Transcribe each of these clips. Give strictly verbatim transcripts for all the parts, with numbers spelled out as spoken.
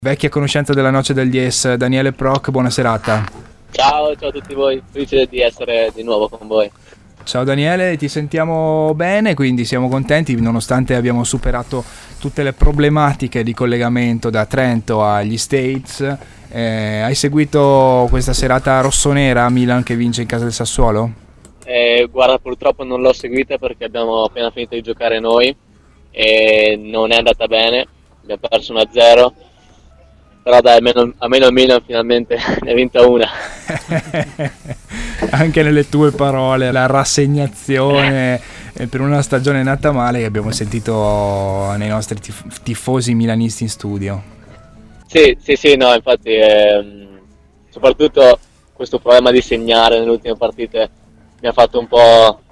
Vecchia conoscenza della Noce del Diez, Daniele Proc, buona serata. Ciao, ciao a tutti voi, felice di essere di nuovo con voi. Ciao Daniele, ti sentiamo bene, quindi siamo contenti nonostante abbiamo superato tutte le problematiche di collegamento da Trento agli States. Eh, hai seguito questa serata rossonera, Milan che vince in casa del Sassuolo? Eh, guarda, purtroppo non l'ho seguita perché abbiamo appena finito di giocare noi e non è andata bene, abbiamo perso uno a zero. Però dai, almeno, almeno il Milan finalmente ne ha vinta una. Anche nelle tue parole, la rassegnazione per una stagione nata male che abbiamo sentito nei nostri tif- tifosi milanisti in studio. Sì, sì, sì, no, infatti ehm, soprattutto questo problema di segnare nelle ultime partite mi ha fatto un po'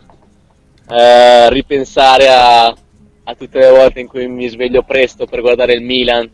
eh, ripensare a, a tutte le volte in cui mi sveglio presto per guardare il Milan.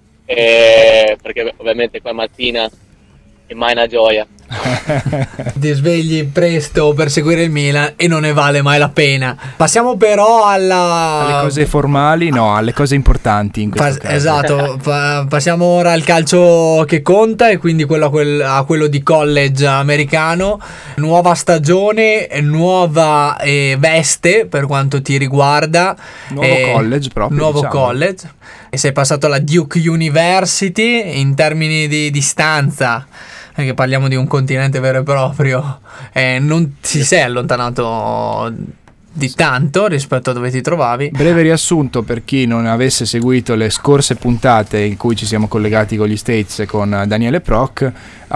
Eh, perché ovviamente qua mattina è mai una gioia. Ti svegli presto per seguire il Milan e non ne vale mai la pena. Passiamo però alla... alle cose formali, no, alle cose importanti in questo Pas- caso. Esatto, pa- passiamo ora al calcio che conta e quindi quello a, quel- a quello di college americano. Nuova stagione, nuova eh, veste per quanto ti riguarda. Nuovo Eh, college proprio, Nuovo diciamo. college. E sei passato alla Duke University in termini di distanza, perché parliamo di un continente vero e proprio, eh, non ti sei allontanato di tanto rispetto a dove ti trovavi. Breve riassunto per chi non avesse seguito le scorse puntate in cui ci siamo collegati con gli States con Daniele Proc.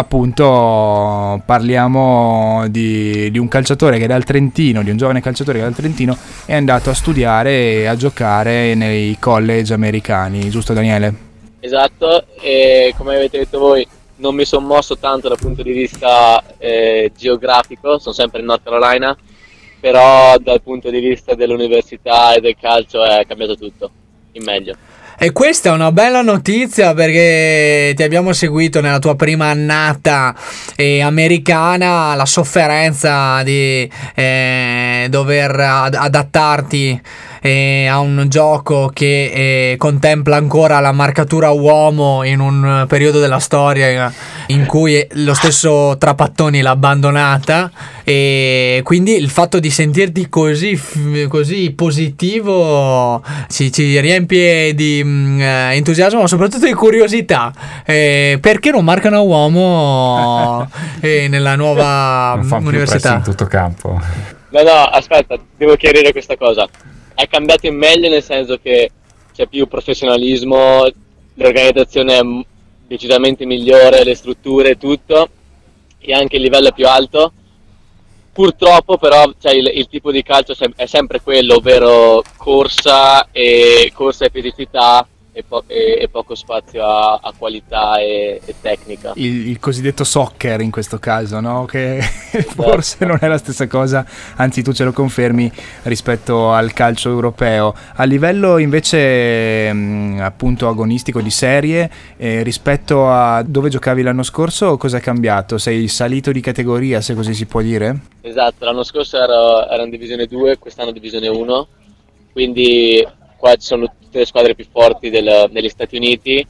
Appunto parliamo di, di un calciatore che dal Trentino, di un giovane calciatore che dal Trentino è andato a studiare e a giocare nei college americani, giusto Daniele? Esatto, e come avete detto voi non mi sono mosso tanto dal punto di vista eh, geografico, sono sempre in North Carolina, però dal punto di vista dell'università e del calcio è cambiato tutto, in meglio. E questa è una bella notizia perché ti abbiamo seguito nella tua prima annata eh, americana, la sofferenza di eh, dover ad- adattarti eh, a un gioco che eh, contempla ancora la marcatura uomo in un periodo della storia in cui lo stesso Trapattoni l'ha abbandonata, e quindi il fatto di sentirti così, così positivo ci, ci riempie di mh, entusiasmo ma soprattutto di curiosità. Eh, perché non marcano a uomo eh, nella nuova non fanno più università? presso in tutto campo. No, no, aspetta, devo chiarire questa cosa. È cambiato in meglio nel senso che c'è più professionalismo, l'organizzazione è decisamente migliore, le strutture, tutto, e anche il livello è più alto. Purtroppo però cioè, il, il tipo di calcio è sempre quello, ovvero corsa e corsa e fisicità e, po- e, e poco spazio a, a qualità e, e tecnica. Il, il cosiddetto soccer in questo caso, no? Che forse non è la stessa cosa, anzi tu ce lo confermi rispetto al calcio europeo. A livello invece mh, appunto agonistico di serie, eh, rispetto a dove giocavi l'anno scorso, cosa è cambiato? Sei salito di categoria, se così si può dire? Esatto, l'anno scorso ero, ero in divisione due, quest'anno divisione uno, quindi qua ci sono tutte le squadre più forti del, degli Stati Uniti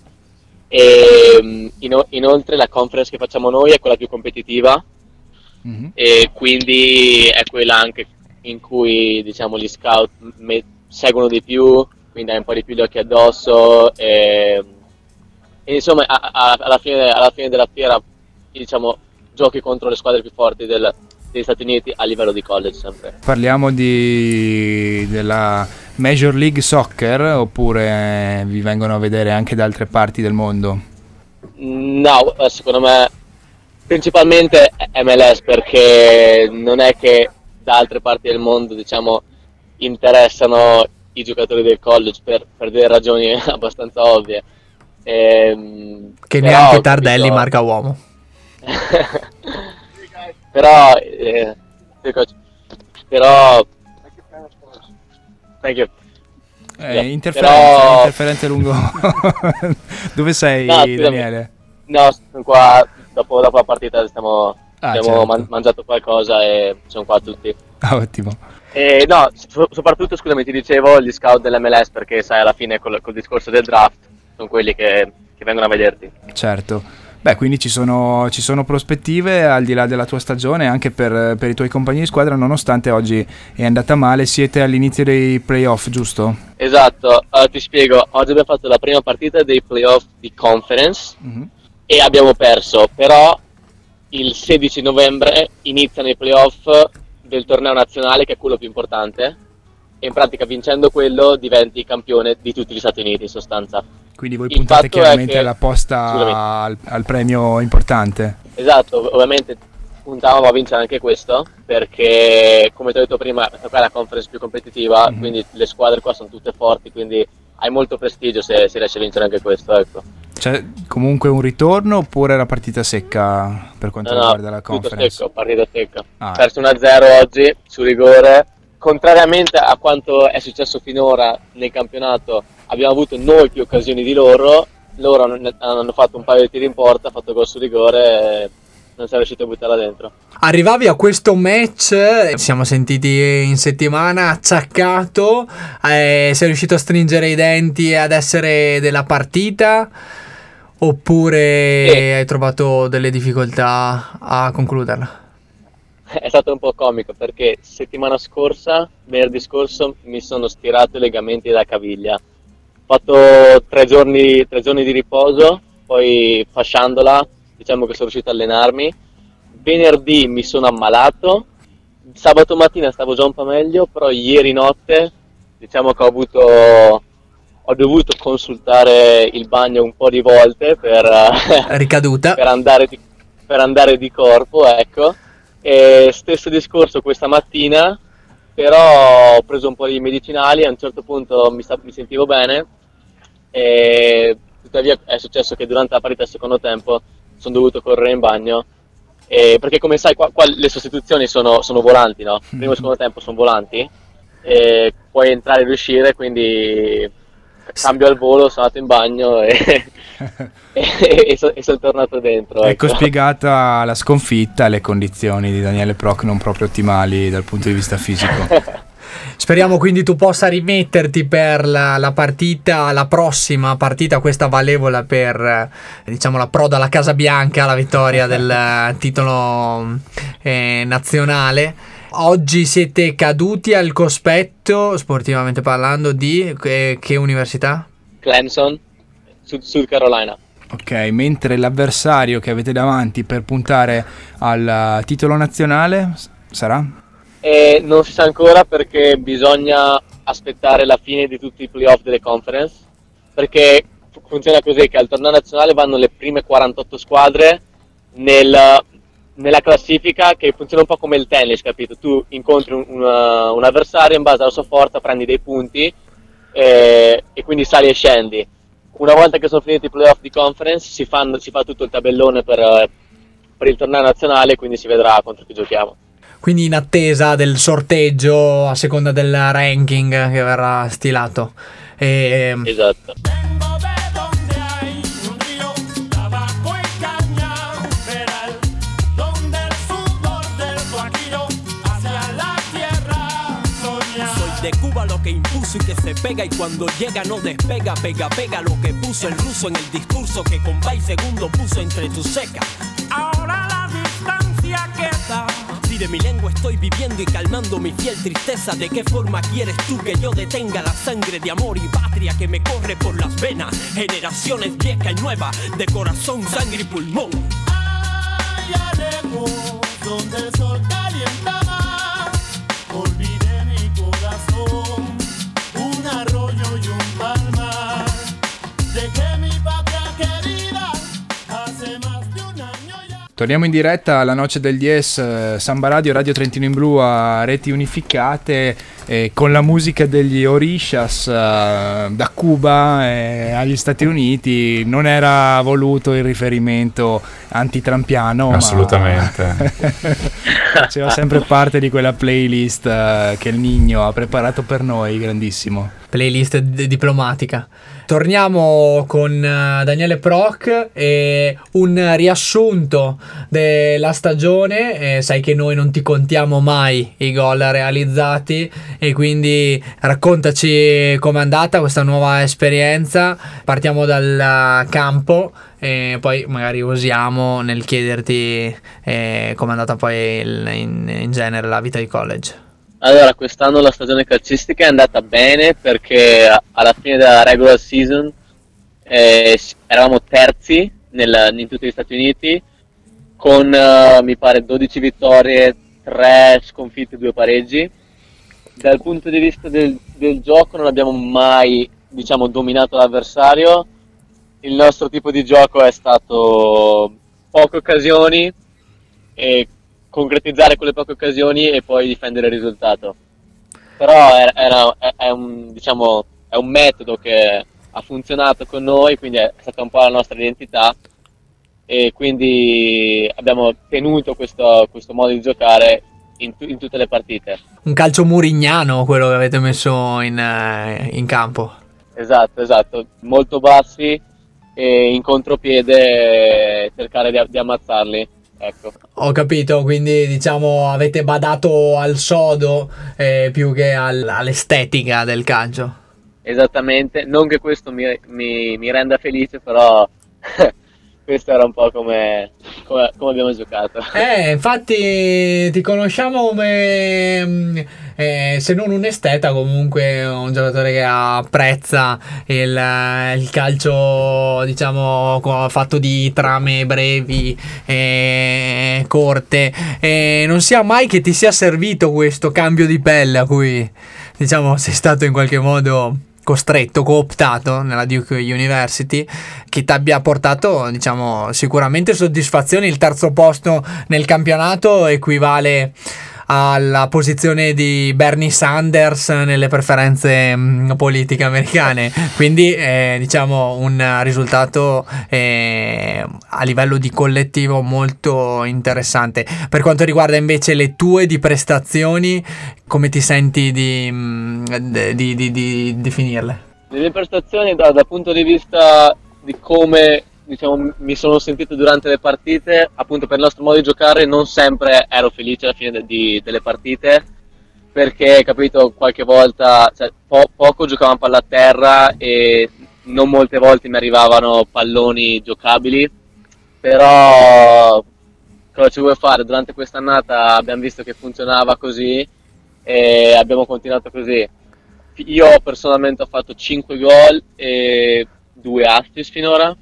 e in, inoltre la conference che facciamo noi è quella più competitiva, mm-hmm. E quindi è quella anche in cui diciamo gli scout me, seguono di più, quindi hai un po' di più gli occhi addosso e, e insomma a, a, alla, fine, alla fine della fiera diciamo giochi contro le squadre più forti del, degli Stati Uniti a livello di college sempre. Parliamo di della Major League Soccer oppure vi vengono a vedere anche da altre parti del mondo? No, secondo me principalmente M L S, perché non è che da altre parti del mondo diciamo interessano i giocatori del college per, per delle ragioni abbastanza ovvie. Ehm, che però, neanche Tardelli capito, marca uomo. però eh, però thank you. Eh, interferenza, però... interferenza lungo. Dove sei, no, Daniele? No, sono qua dopo, dopo la partita stiamo, ah, abbiamo certo. man- mangiato qualcosa e sono qua tutti. Ah, ottimo. E no, so- soprattutto scusami, ti dicevo gli scout dell'M L S perché sai alla fine col, col discorso del draft sono quelli che che vengono a vederti. Certo. Beh, quindi ci sono, ci sono prospettive al di là della tua stagione anche per, per i tuoi compagni di squadra, nonostante oggi è andata male. Siete all'inizio dei playoff, giusto? Esatto, uh, ti spiego. Oggi abbiamo fatto la prima partita dei playoff di conference mm-hmm. e abbiamo perso, però il sedici novembre iniziano i playoff del torneo nazionale, che è quello più importante, e in pratica vincendo quello diventi campione di tutti gli Stati Uniti in sostanza. Quindi voi puntate chiaramente che, alla posta al, al premio importante. Esatto, ovviamente puntavamo a vincere anche questo, perché come ti ho detto prima, questa qua è la conference più competitiva, mm-hmm. quindi le squadre qua sono tutte forti, quindi hai molto prestigio se, se riesci a vincere anche questo, ecco. C'è comunque un ritorno oppure la partita secca per quanto no, riguarda no, la conference? Tutto secco, partita secca. Ah. Perso uno a zero oggi su rigore. Contrariamente a quanto è successo finora nel campionato, abbiamo avuto noi più occasioni di loro. Loro hanno fatto un paio di tiri in porta, hanno fatto gol su rigore e non siamo riusciti a buttarla dentro. Arrivavi a questo match, siamo sentiti in settimana, acciaccato, eh, sei riuscito a stringere i denti e ad essere della partita oppure sì. hai trovato delle difficoltà a concluderla? È stato un po' comico perché settimana scorsa, venerdì scorso, mi sono stirato i legamenti della caviglia. Ho fatto tre giorni, tre giorni di riposo, poi fasciandola, diciamo che sono riuscito a allenarmi. Venerdì mi sono ammalato, sabato mattina stavo già un po' meglio, però ieri notte, diciamo che ho avuto, ho dovuto consultare il bagno un po' di volte per, ricaduta. per, andare, di, per andare di corpo, ecco. E stesso discorso questa mattina, però ho preso un po' di medicinali, a un certo punto mi, sta, mi sentivo bene e tuttavia è successo che durante la partita del secondo tempo sono dovuto correre in bagno e, perché come sai qua, qua le sostituzioni sono, sono volanti, no? Primo e secondo tempo sono volanti e puoi entrare e riuscire, quindi cambio al volo, sono andato in bagno e, e, e, so, e sono tornato dentro. Ecco, ecco, spiegata la sconfitta e le condizioni di Daniele Proc non proprio ottimali dal punto di vista fisico. Speriamo quindi tu possa rimetterti per la, la partita, la prossima partita, questa valevole per, diciamo, la proda alla Casa Bianca, la vittoria del titolo eh, nazionale. Oggi siete caduti al cospetto, sportivamente parlando, di che, che università? Clemson, Sud, Sud Carolina. Ok, mentre l'avversario che avete davanti per puntare al titolo nazionale sarà? E non si sa ancora perché bisogna aspettare la fine di tutti i playoff delle conference, perché funziona così che al torneo nazionale vanno le prime quarantotto squadre nel... nella classifica, che funziona un po' come il tennis, capito? Tu incontri un, un, un avversario, in base alla sua forza prendi dei punti e, e quindi sali e scendi. Una volta che sono finiti i playoff di conference si, fanno, si fa tutto il tabellone per, per il torneo nazionale, quindi si vedrà contro chi giochiamo. Quindi in attesa del sorteggio a seconda del ranking che verrà stilato. E... esatto. De Cuba lo que impuso y que se pega y cuando llega no despega, pega, pega lo que puso el ruso en el discurso que con y segundo puso entre tu seca. Ahora la distancia queda. Si de mi lengua estoy viviendo y calmando mi fiel tristeza, ¿de qué forma quieres tú que yo detenga la sangre de amor y patria que me corre por las venas? Generaciones vieja y nueva, de corazón, sangre y pulmón. Allá lejos, donde el sol calienta más, olvidé mi corazón, un arroyo y un palmar, dejé mi patria querida hace más de un año ya. Torniamo in diretta alla Noce del diez, Samba Radio, Radio Trentino in Blu a reti unificate, eh, con la musica degli Orishas eh, da Cuba eh, agli Stati Uniti. Non era voluto il riferimento antitrampiano, assolutamente, ma faceva sempre parte di quella playlist eh, che il Nino ha preparato per noi, grandissimo. Playlist d- diplomatica. Torniamo con uh, Daniele Proc e un riassunto della stagione. Eh, sai che noi non ti contiamo mai i gol realizzati e quindi raccontaci com'è andata questa nuova esperienza. Partiamo dal campo e poi magari usiamo nel chiederti eh, com'è andata poi il, in, in genere la vita di college. Allora, quest'anno la stagione calcistica è andata bene perché alla fine della regular season eh, eravamo terzi nel, in tutti gli Stati Uniti con uh, mi pare dodici vittorie, tre sconfitte e due pareggi. Dal punto di vista del, del gioco non abbiamo mai, diciamo, dominato l'avversario. Il nostro tipo di gioco è stato poche occasioni e concretizzare quelle poche occasioni e poi difendere il risultato. Però è, era, è, è, un, diciamo, è un metodo che ha funzionato con noi, quindi è stata un po' la nostra identità e quindi abbiamo tenuto questo, questo modo di giocare in, in tutte le partite. Un calcio murignano quello che avete messo in, in campo. Esatto, esatto, molto bassi e in contropiede cercare di, di ammazzarli. Ecco. Ho capito, quindi diciamo avete badato al sodo eh, più che al, all'estetica del calcio. Esattamente, non che questo mi, mi, mi renda felice, però questo era un po' come, come, come abbiamo giocato. Eh, infatti ti conosciamo come, eh, se non un esteta, comunque un giocatore che apprezza il, il calcio, diciamo, fatto di trame brevi e corte. E non sia mai che ti sia servito questo cambio di pelle a cui, diciamo, sei stato in qualche modo costretto, cooptato nella Duke University, che ti abbia portato, diciamo, sicuramente soddisfazioni. Il terzo posto nel campionato equivale alla posizione di Bernie Sanders nelle preferenze mh, politiche americane, quindi eh, diciamo un risultato eh, a livello di collettivo molto interessante. Per quanto riguarda invece le tue di prestazioni, come ti senti di, di, di, di, di definirle? Le mie prestazioni da, dal punto di vista di come, diciamo, mi sono sentito durante le partite, appunto per il nostro modo di giocare non sempre ero felice alla fine de, di, delle partite, perché, capito, qualche volta, cioè, po- poco giocavamo palla a terra e non molte volte mi arrivavano palloni giocabili, però cosa ci vuoi fare? Durante quest'annata abbiamo visto che funzionava così e abbiamo continuato così. Io personalmente ho fatto cinque gol e due assist finora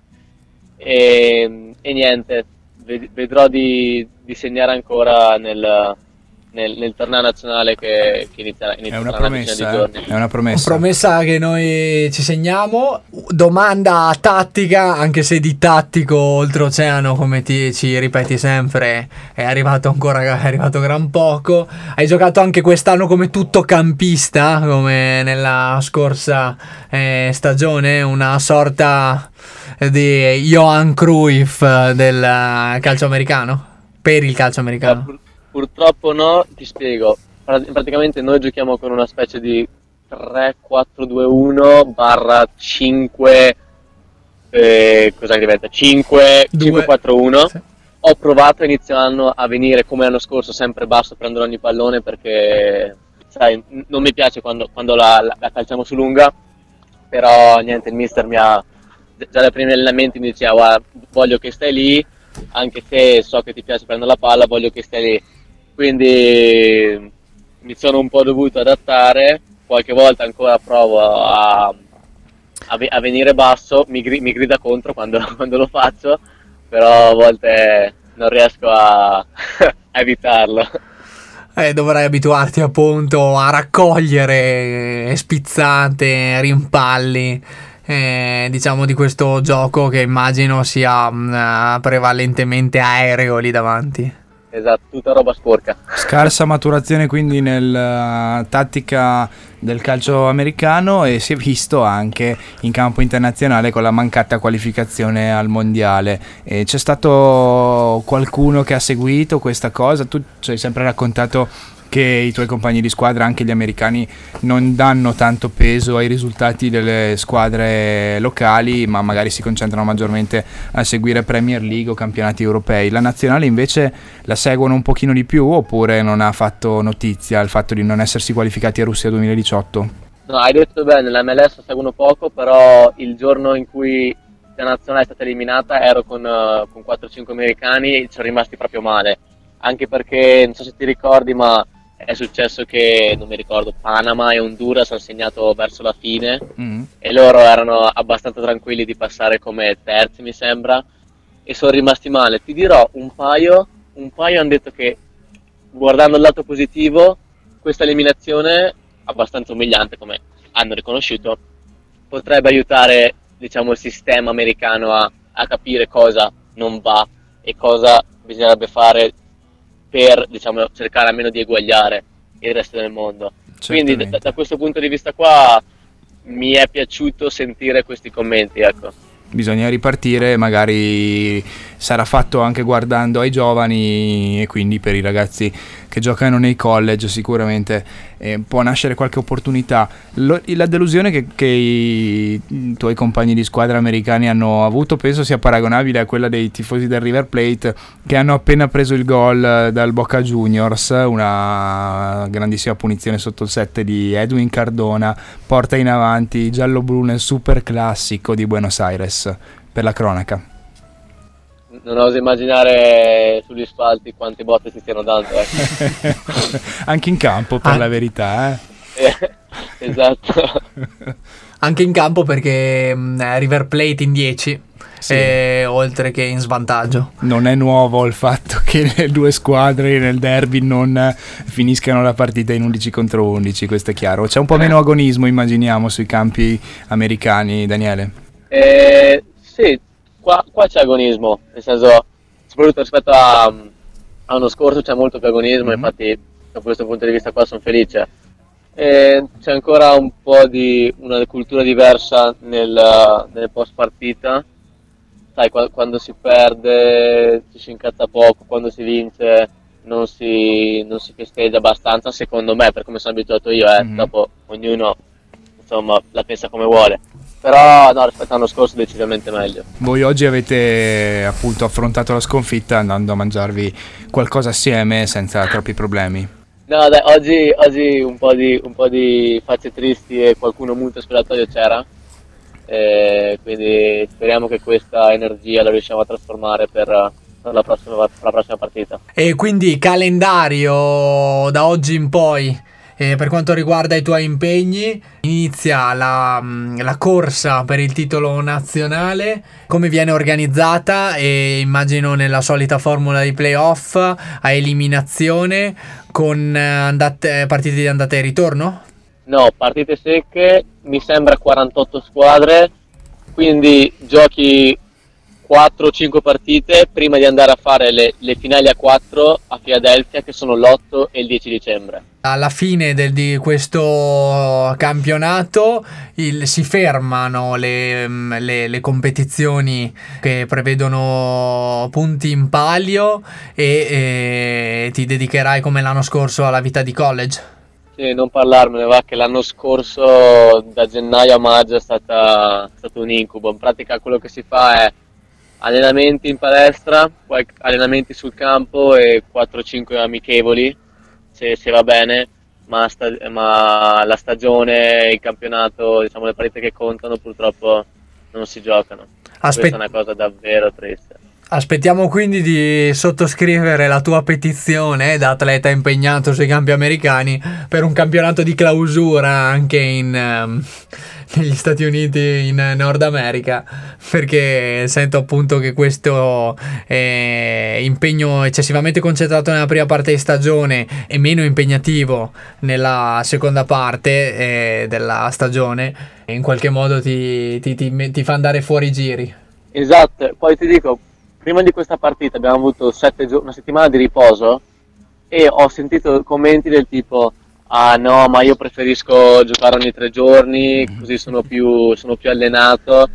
e, e niente, vedrò di, di segnare ancora nel, nel, nel torneo nazionale che, che inizierà, inizierà è una una decina promessa, di giorni. È una promessa. Una promessa che noi ci segniamo. Domanda tattica, anche se di tattico oltreoceano, come ti, ci ripeti sempre, è arrivato ancora è arrivato gran poco. Hai giocato anche quest'anno come tuttocampista, come nella scorsa eh, stagione, una sorta di Johan Cruyff del calcio americano, per il calcio americano. Pur, purtroppo no, ti spiego. Praticamente noi giochiamo con una specie di tre quattro due uno barra cinque eh, cosa diventa? cinque quattro uno. Sì. Ho provato a inizio anno a venire come l'anno scorso sempre basso, prendere ogni pallone perché sai, non mi piace quando, quando la, la, la calciamo su lunga, però niente, il mister mi ha già dai primi allenamenti mi diceva guarda, voglio che stai lì, anche se so che ti piace prendere la palla, voglio che stai lì, quindi mi sono un po' dovuto adattare. Qualche volta ancora provo a, a, a venire basso, mi, gri, mi grida contro quando, quando lo faccio, però a volte non riesco a, a evitarlo. Eh, dovrai abituarti appunto a raccogliere spizzate, rimpalli, eh, diciamo, di questo gioco che immagino sia mh, prevalentemente aereo lì davanti. Esatto, tutta roba sporca. Scarsa maturazione quindi nella uh, tattica del calcio americano, e si è visto anche in campo internazionale con la mancata qualificazione al mondiale. E c'è stato qualcuno che ha seguito questa cosa? Tu ci hai sempre raccontato che i tuoi compagni di squadra, anche gli americani, non danno tanto peso ai risultati delle squadre locali, ma magari si concentrano maggiormente a seguire Premier League o campionati europei. La nazionale invece la seguono un pochino di più, oppure non ha fatto notizia il fatto di non essersi qualificati a Russia duemiladiciotto? No, hai detto bene, l'M L S seguono poco, però il giorno in cui la nazionale è stata eliminata ero con, uh, con quattro cinque americani e ci sono rimasti proprio male, anche perché non so se ti ricordi, ma è successo che, non mi ricordo, Panama e Honduras hanno segnato verso la fine mm. e loro erano abbastanza tranquilli di passare come terzi, mi sembra, e sono rimasti male. Ti dirò, un paio, un paio hanno detto che, guardando il lato positivo, questa eliminazione, abbastanza umiliante come hanno riconosciuto, potrebbe aiutare, diciamo, il sistema americano a, a capire cosa non va e cosa bisognerebbe fare per, diciamo, cercare almeno di eguagliare il resto del mondo. Certamente. Quindi da, da questo punto di vista qua mi è piaciuto sentire questi commenti, ecco. Bisogna ripartire, magari sarà fatto anche guardando ai giovani, e quindi per i ragazzi che giocano nei college sicuramente eh, può nascere qualche opportunità. Lo, la delusione che, che i, i tuoi compagni di squadra americani hanno avuto penso sia paragonabile a quella dei tifosi del River Plate, che hanno appena preso il gol dal Boca Juniors, una grandissima punizione sotto il sette di Edwin Cardona, porta in avanti giallo-blu nel super classico di Buenos Aires, per la cronaca. Non oso immaginare sugli spalti quante botte si stiano dando, eh. Anche in campo, per ah. la verità, eh. eh esatto. Anche in campo, perché mh, River Plate in dieci, sì. eh, oltre che in svantaggio. Non è nuovo il fatto che le due squadre nel derby non finiscano la partita in undici contro undici, questo è chiaro. C'è un po' meno agonismo, immaginiamo, sui campi americani, Daniele? Eh, sì. Qua, qua c'è agonismo, nel senso, soprattutto rispetto a, a uno scorso c'è molto più agonismo, mm-hmm. infatti da questo punto di vista qua sono felice. E c'è ancora un po' di una cultura diversa nel, nel post partita, sai, qua, quando si perde ci si incazza poco, quando si vince non si, non si festeggia abbastanza, secondo me, per come sono abituato io, eh. mm-hmm. Dopo ognuno, insomma, la pensa come vuole. Però no, rispetto all'anno scorso decisamente meglio. Voi oggi avete appunto affrontato la sconfitta andando a mangiarvi qualcosa assieme senza troppi problemi. No dai, oggi, oggi un, po di, un po' di facce tristi e qualcuno molto spogliatoio c'era, e quindi speriamo che questa energia la riusciamo a trasformare per, per, la prossima, per la prossima partita. E quindi calendario da oggi in poi? E per quanto riguarda i tuoi impegni, inizia la, la corsa per il titolo nazionale, come viene organizzata? E immagino nella solita formula di playoff a eliminazione con andate, partite di andata e ritorno? No, partite secche, mi sembra quarantotto squadre, quindi giochi quattro o cinque partite prima di andare a fare le, le finali a quattro a Filadelfia, che sono l'otto e il dieci dicembre. Alla fine del, di questo campionato il, si fermano le, le, le competizioni che prevedono punti in palio e, e ti dedicherai come l'anno scorso alla vita di college? Sì, non parlarmene, va, che l'anno scorso da gennaio a maggio è stata, è stato un incubo. In pratica quello che si fa è allenamenti in palestra, poi allenamenti sul campo e quattro cinque amichevoli, se, se va bene, ma, sta, ma la stagione, il campionato, diciamo le partite che contano purtroppo non si giocano. Aspe- Questa è una cosa davvero triste. Aspettiamo quindi di sottoscrivere la tua petizione eh, da atleta impegnato sui campi americani per un campionato di clausura anche in, um, negli Stati Uniti, in Nord America, perché sento appunto che questo eh, impegno eccessivamente concentrato nella prima parte di stagione e meno impegnativo nella seconda parte eh, della stagione in qualche modo ti, ti, ti, ti fa andare fuori giri. Esatto, poi ti dico, prima di questa partita abbiamo avuto sette gio- una settimana di riposo e ho sentito commenti del tipo ah no, ma io preferisco giocare ogni tre giorni, così sono più, sono più allenato.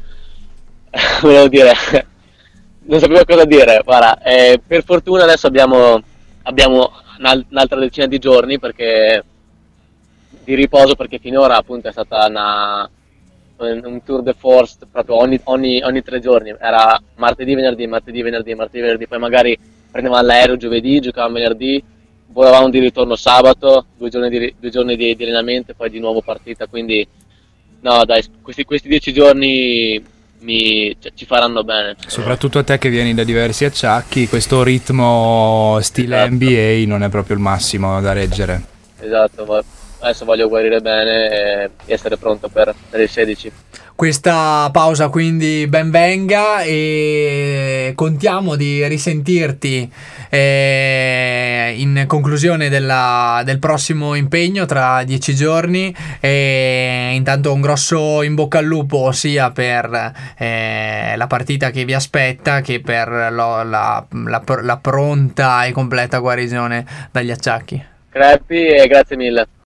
Volevo dire, non sapevo cosa dire. Guarda, eh, per fortuna adesso abbiamo, abbiamo un'altra decina di giorni perché di riposo, perché finora appunto è stata una, un tour de force proprio ogni, ogni, ogni tre giorni, era martedì, venerdì, martedì, venerdì, martedì, venerdì, poi magari prendevamo l'aereo giovedì, giocavamo venerdì, volavamo di ritorno sabato, due giorni di, due giorni di, di allenamento e poi di nuovo partita, quindi no dai, questi, questi dieci giorni mi, cioè, ci faranno bene. Soprattutto a te che vieni da diversi acciacchi, questo ritmo stile esatto. N B A non è proprio il massimo da reggere. Esatto, adesso voglio guarire bene e essere pronto per, per il sedici. Questa pausa quindi ben venga e contiamo di risentirti eh, in conclusione della, del prossimo impegno tra dieci giorni e intanto un grosso in bocca al lupo sia per eh, la partita che vi aspetta che per lo, la, la, la pronta e completa guarigione dagli acciacchi. Crepi e grazie mille.